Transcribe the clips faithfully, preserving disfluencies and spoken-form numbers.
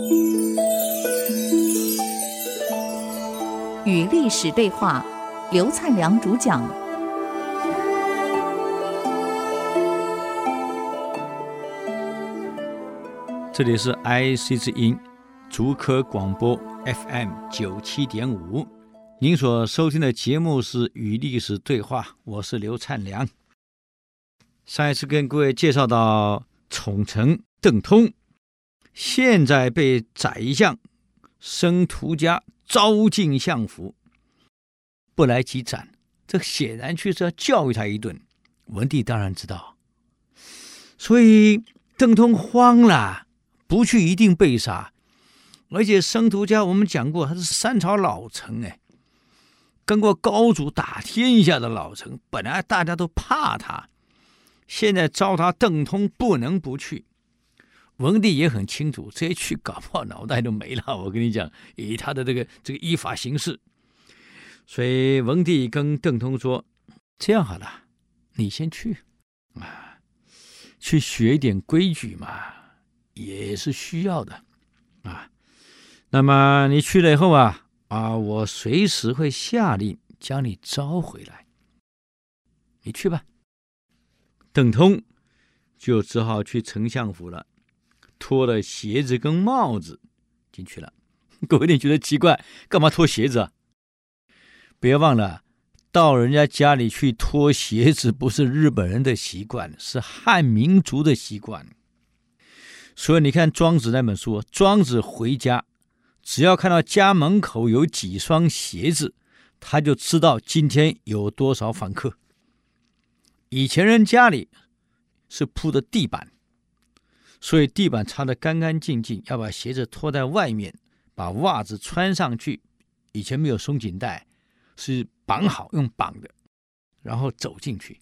与历史对话，刘灿良主讲。 这里是 I C 之音竹科广播 F M 九七点五，您所收听的节目是与历史对话，我是刘灿良。上一次跟各位介绍到宠臣邓通，现在被宰相申屠嘉招进相府，不来即斩，这显然就是要教育他一顿。文帝当然知道，所以邓通慌了，不去一定被杀。而且申屠嘉我们讲过，他是三朝老臣，哎，跟过高祖打天下的老臣，本来大家都怕他，现在招他邓通不能不去。文帝也很清楚，这一去搞不好脑袋都没了。我跟你讲，以他的这个这个依法行事，所以文帝跟邓通说：“这样好了，你先去啊，去学一点规矩嘛，也是需要的啊。那么你去了以后啊啊，我随时会下令将你招回来。你去吧。”邓通就只好去丞相府了。脱了鞋子跟帽子进去了。各位，你觉得奇怪，干嘛脱鞋子啊？不要忘了，到人家家里去脱鞋子不是日本人的习惯，是汉民族的习惯。所以你看庄子那本书，庄子回家只要看到家门口有几双鞋子，他就知道今天有多少访客。以前人家里是铺的地板，所以地板擦得干干净净，要把鞋子脱在外面，把袜子穿上去。以前没有松紧带，是绑好，用绑的，然后走进去。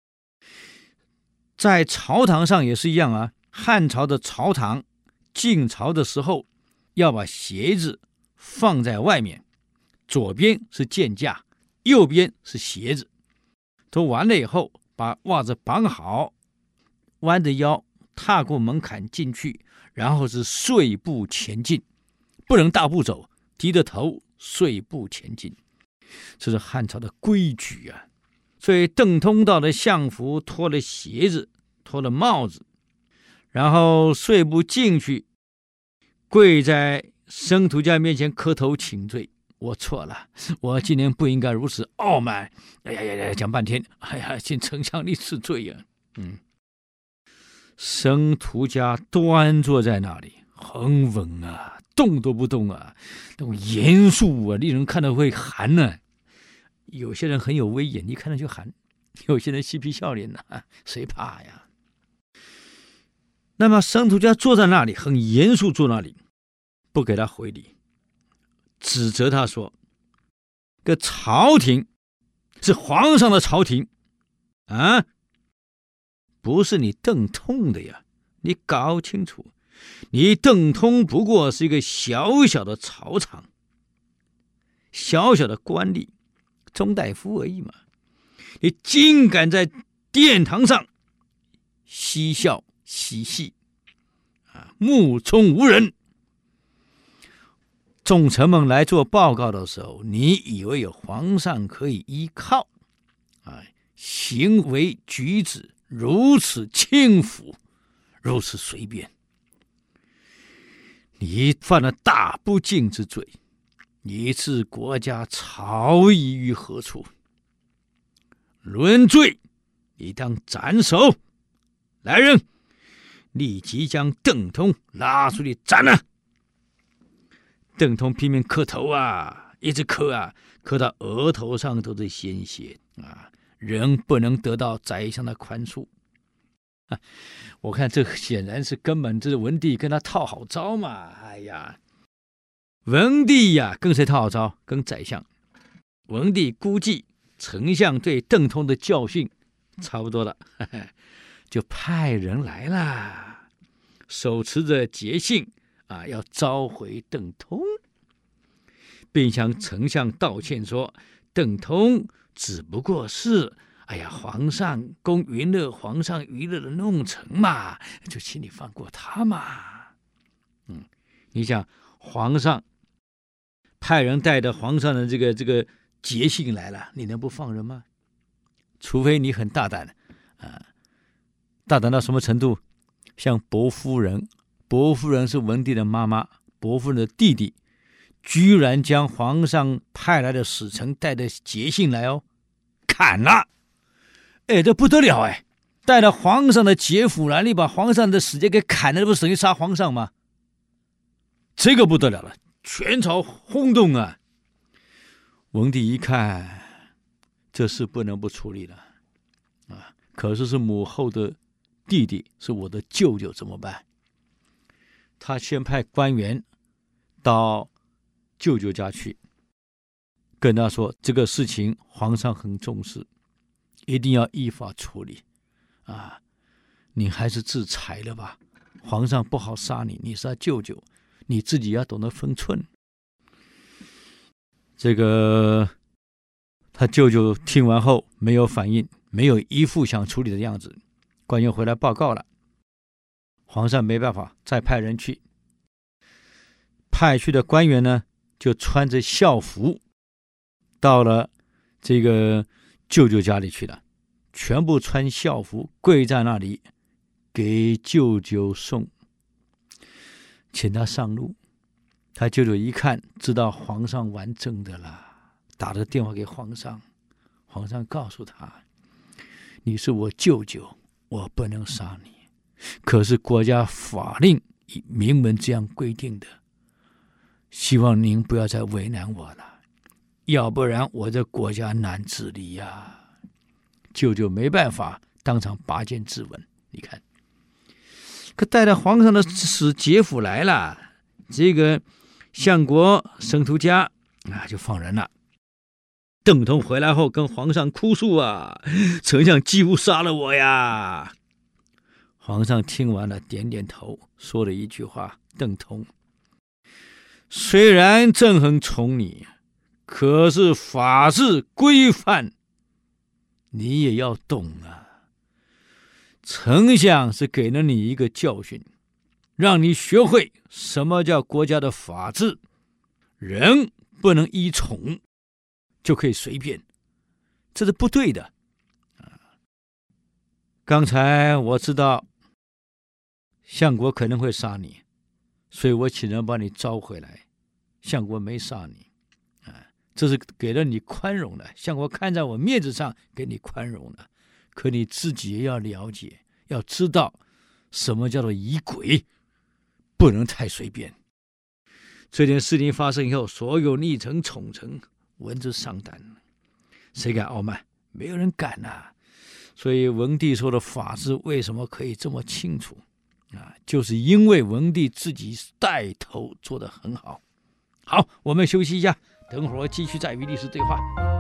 在朝堂上也是一样啊，汉朝的朝堂进朝的时候要把鞋子放在外面，左边是剑架，右边是鞋子。都完了以后，把袜子绑好，弯着腰踏过门槛进去，然后是碎步前进，不能大步走，低着头碎步前进，这是汉朝的规矩啊。所以邓通到了相府，脱了鞋子，脱了帽子，然后碎步进去，跪在申屠嘉面前磕头请罪：“我错了，我今年不应该如此傲慢。”哎呀呀呀，讲半天，哎呀，请丞相你赐罪呀、啊！嗯。申屠嘉端坐在那里，很稳啊，动都不动啊，那种严肃啊，令人看到会寒呢、啊。有些人很有威严，一看到就寒；有些人嬉皮笑脸啊，谁怕呀？那么申屠嘉坐在那里，很严肃坐那里，不给他回礼，指责他说：“个朝廷是皇上的朝廷啊！不是你邓通的呀，你搞清楚，你邓通不过是一个小小的草场，小小的官吏，中大夫而已嘛。你竟敢在殿堂上嬉笑嬉戏啊，目充无人。众臣们来做报告的时候，你以为有皇上可以依靠啊，行为举止如此轻浮，如此随便，你犯了大不敬之罪，你置国家朝夷于何处？论罪，你当斩首！来人，立即将邓通拉出去斩了！邓通拼命磕头啊，一直磕啊，磕到额头上都是鲜血啊！人不能得到宰相的宽恕、啊、我看这显然是根本这是文帝跟他套好招嘛。哎呀，文帝呀跟谁套好招？跟宰相。文帝估计丞相对邓通的教训差不多了，呵呵，就派人来了，手持着节信啊，要召回邓通，并向丞相道歉说：“邓通只不过是，哎呀，皇上供云乐，皇上娱乐的弄臣嘛，就请你放过他嘛。”嗯， 你想，皇上派人带着皇上的这个这个节信来了，你能不放人吗？除非你很大胆啊，大胆到什么程度？像薄夫人，薄夫人是文帝的妈妈，薄夫人的弟弟，居然将皇上派来的使臣带着节信来哦，砍了！哎，这不得了哎！带了皇上的节府来，你把皇上的使节给砍了，这不是等于杀皇上吗？这个不得了了，全朝轰动啊！文帝一看，这事不能不处理了啊！可是是母后的弟弟，是我的舅舅，怎么办？他先派官员到舅舅家去，跟他说这个事情皇上很重视，一定要依法处理啊！你还是自裁了吧，皇上不好杀你，你是他舅舅，你自己要懂得分寸。这个他舅舅听完后没有反应，没有一副想处理的样子。官员回来报告了，皇上没办法，再派人去。派去的官员呢，就穿着校服到了这个舅舅家里去了，全部穿校服，跪在那里给舅舅送，请他上路。他舅舅一看，知道皇上玩真的了，打了电话给皇上，皇上告诉他，你是我舅舅，我不能杀你，可是国家法令明文这样规定的，希望您不要再为难我了，要不然我这国家难治理呀、啊。舅舅没办法，当场拔剑自刎。你看，可带着皇上的使节府来了，这个相国沈图家啊就放人了。邓通回来后跟皇上哭诉啊，丞相几乎杀了我呀。皇上听完了点点头，说了一句话，邓通，虽然朕很宠你，可是法治规范你也要懂啊。丞相是给了你一个教训，让你学会什么叫国家的法治，人不能依宠就可以随便，这是不对的。刚才我知道相国可能会杀你，所以我请人把你招回来，相国没杀你，这是给了你宽容了，相国看在我面子上给你宽容了，可你自己也要了解，要知道什么叫做仪轨，不能太随便。这件事情发生以后，所有逆臣宠臣闻之丧胆，谁敢傲慢？没有人敢啊。所以文帝说的法治为什么可以这么清楚啊？就是因为文帝自己带头做得很好。好，我们休息一下，等会儿继续再与历史对话。